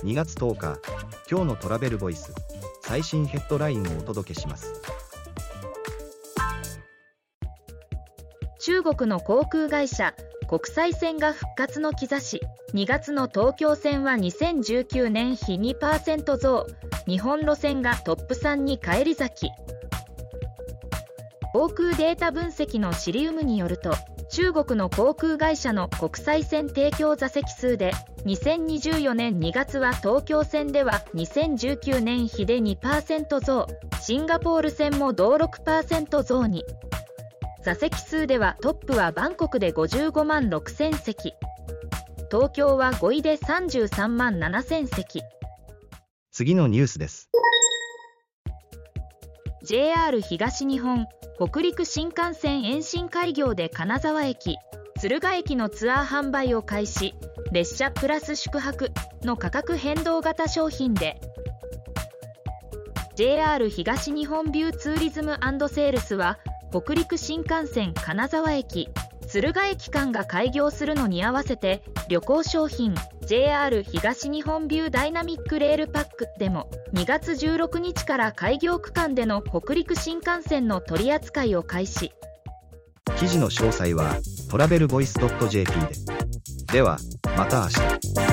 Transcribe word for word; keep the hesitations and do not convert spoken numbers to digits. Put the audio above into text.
にがつとおか、今日のトラベルボイス、最新ヘッドラインをお届けします。 中国の航空会社、国際線が復活の兆し。にがつの東京線はにせんじゅうきゅうねん比 にパーセント 増。日本路線がトップさんに返り咲き。航空データ分析のシリウムによると、中国の航空会社の国際線提供座席数で、にせんにじゅうよねんにがつは東京線ではにせんじゅうきゅうねん比で にパーセント 増、シンガポール線も同 ろくパーセント 増に。座席数ではトップはバンコクでごじゅうごまんろくせんせき、東京はごいでさんじゅうさんまんななせんせき。 次のニュースです。 ジェイアール 東日本、北陸新幹線延伸開業で金沢駅、敦賀駅のツアー販売を開始。列車プラス宿泊の価格変動型商品で、 ジェイアール 東日本ビューツーリズム&セールスは、北陸新幹線金沢駅、敦賀駅間が開業するのに合わせて、旅行商品 ジェイアール 東日本ビューダイナミックレールパックでもにがつじゅうろくにちから開業区間での北陸新幹線の取り扱いを開始。 記事の詳細はトラベルボイス .ジェーピー で。ではまた明日。